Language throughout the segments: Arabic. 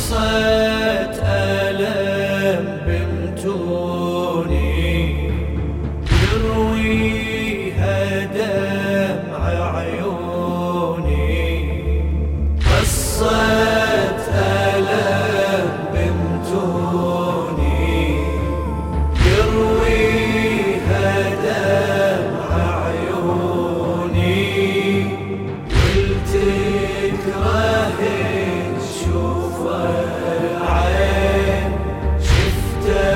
قصة ألم بمتوني يرويها دمع عيوني. قصة ألم بمتوني يرويها دمع عيوني. قلت تكره تشوف العين شفته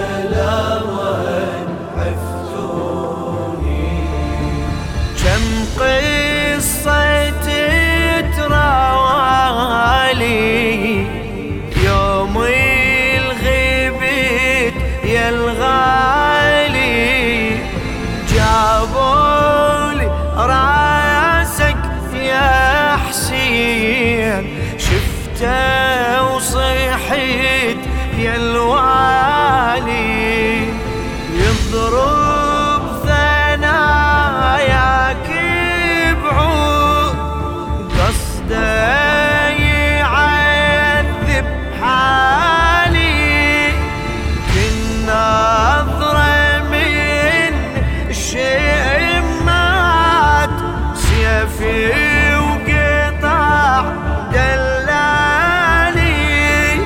لون عفتوني. كم قصة تتراوالي يوم الغيبت يا الغالي. جابولي راسك يا حسين شفته وصيحت يا الوالي. يضرب ثناياك بعود قصده يعذب حالي. كنا نظرة من الشمات سيفي وقطع دلالي.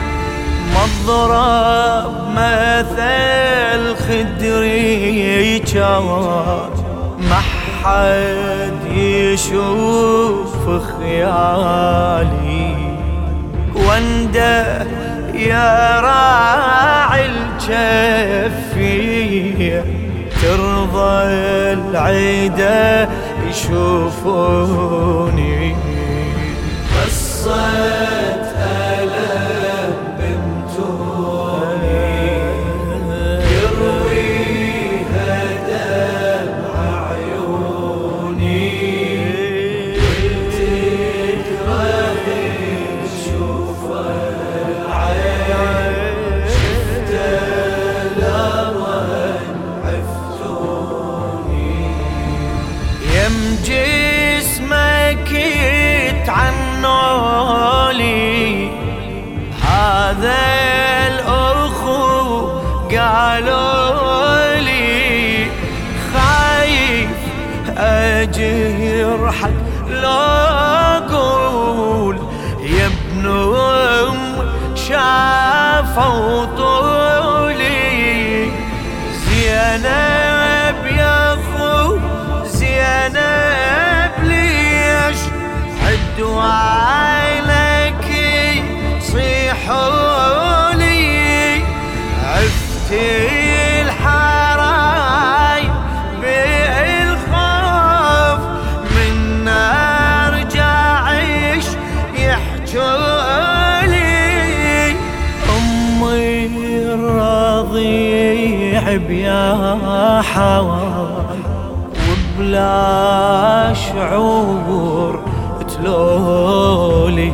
مضرب مثل خدري كان ما حد يشوف خيالي. وانده يا راعي الجفية ترضى العيدة يشوفوني. قصة ألم بمتوني يرويها دمع عيوني. قلت تكره تشوف العين شفته لون عفتوني. يم جسمك يتعنولي هذا الأخو قالوا لي. خايف أجرحك لو أقول يا ابن أم شافوا طولي. زينب يا أخو زينب ليش عدوا عينك صيحوا لي. عفتي الحراي بالخوف من ارجع عيش يحجوا لي. امي الرضيع بيا حوال وبلا شعور تلولي.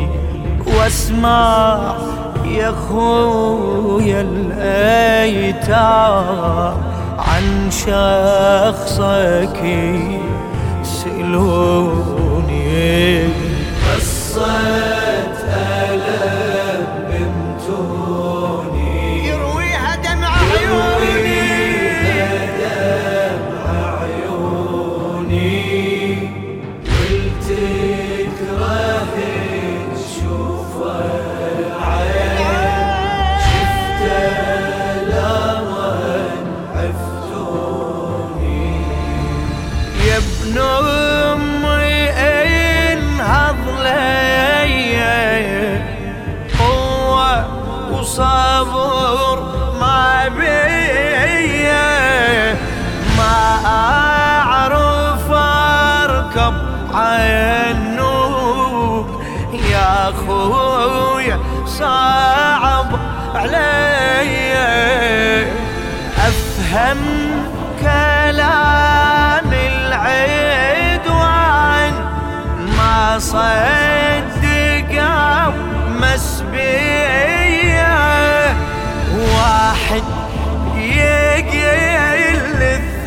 واسمع يا خويا الايتام عن شخصك يسألوني. قصة ألم بمتوني يرويها دمع عيوني. قلت تكره تشوف العين شفته لون عفتوني. يا ابن أمي انهض لي قوة وصبر ما بيا. ما أعرف أركب عالنوب يا خويا صعب علي. أفهم كلام العدوان ما صدق مسبية. واحد يقل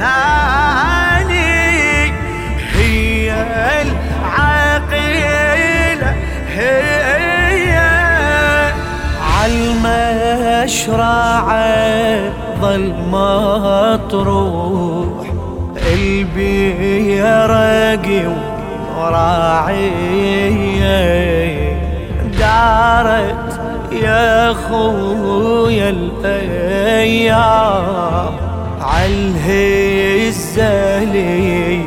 الثاني هي العقيلة هي مشرعه ظل مطروح، البيرق وراعيه دارت يا خويا الايام، عالهزالي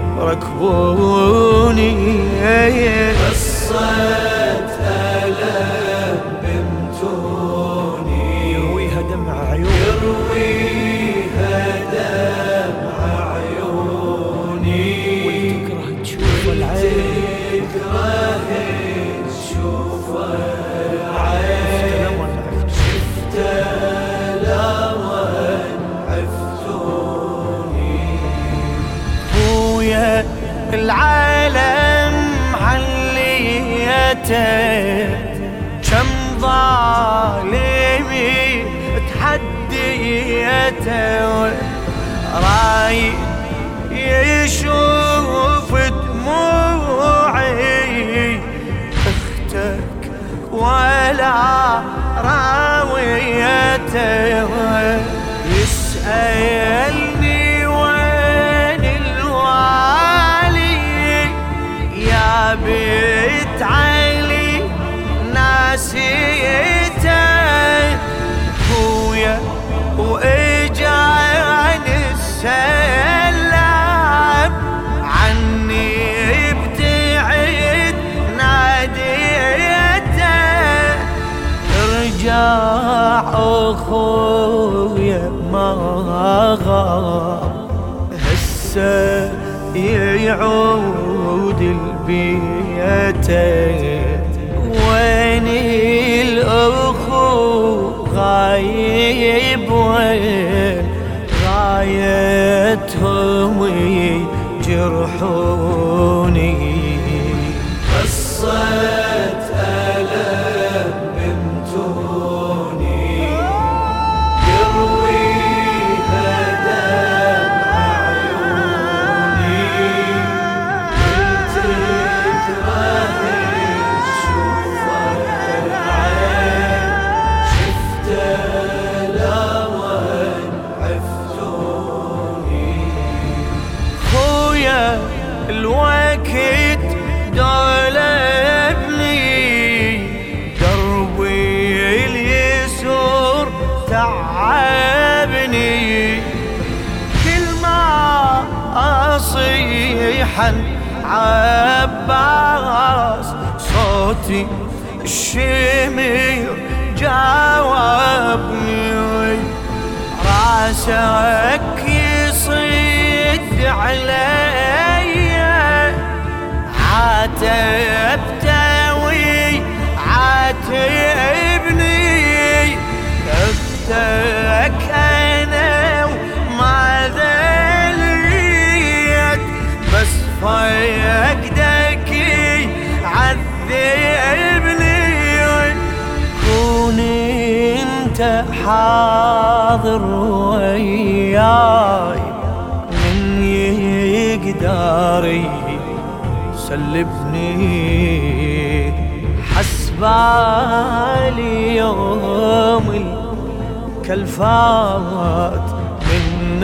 ركبوني قصة ألم بمتوني يرويها دمع عيوني والتكره تشوف العين شفت لمن عفتوني خويا العالم عليته كم ظالمي تحديته، رايد يشوف دموعي اختك ولا راويته، يسألني وين الوالي يا بيت علي ناسيته، خويا واجعل السلام عني ابتعد ناديته، ارجع اخويا ما غاب هسه يعود البيته، وين الاخو غايب وين غايتهم يجرحوني، قصة ألم بمتوني يرويها دمع عيوني، قلت تكره تشوف العين شفت لمن عفتوني خويا الوقت دولبني دربي اليسور تعبني، كل ما اصيح عباس صوتي الشمير جاوبني، راسك يصد علي عاتبتوي عاتبني، كفتك انا وما ذليت بس فقدك عذبني، كوني انت حاضر وياي من يقدر سلبني، حسبالي يوم الكلفات من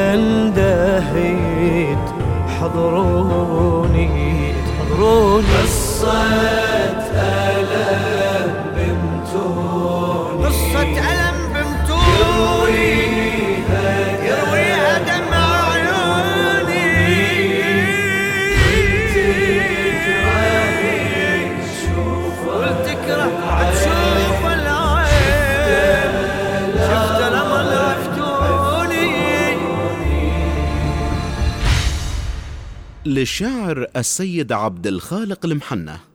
اندهيت حضروني قصة ألم بمتوني قصة ألم بمتوني يرويها دمع عيوني، قلت تكره تشوف العين شفت لمن عفتوني. للشاعر السيد عبد الخالق المحنة.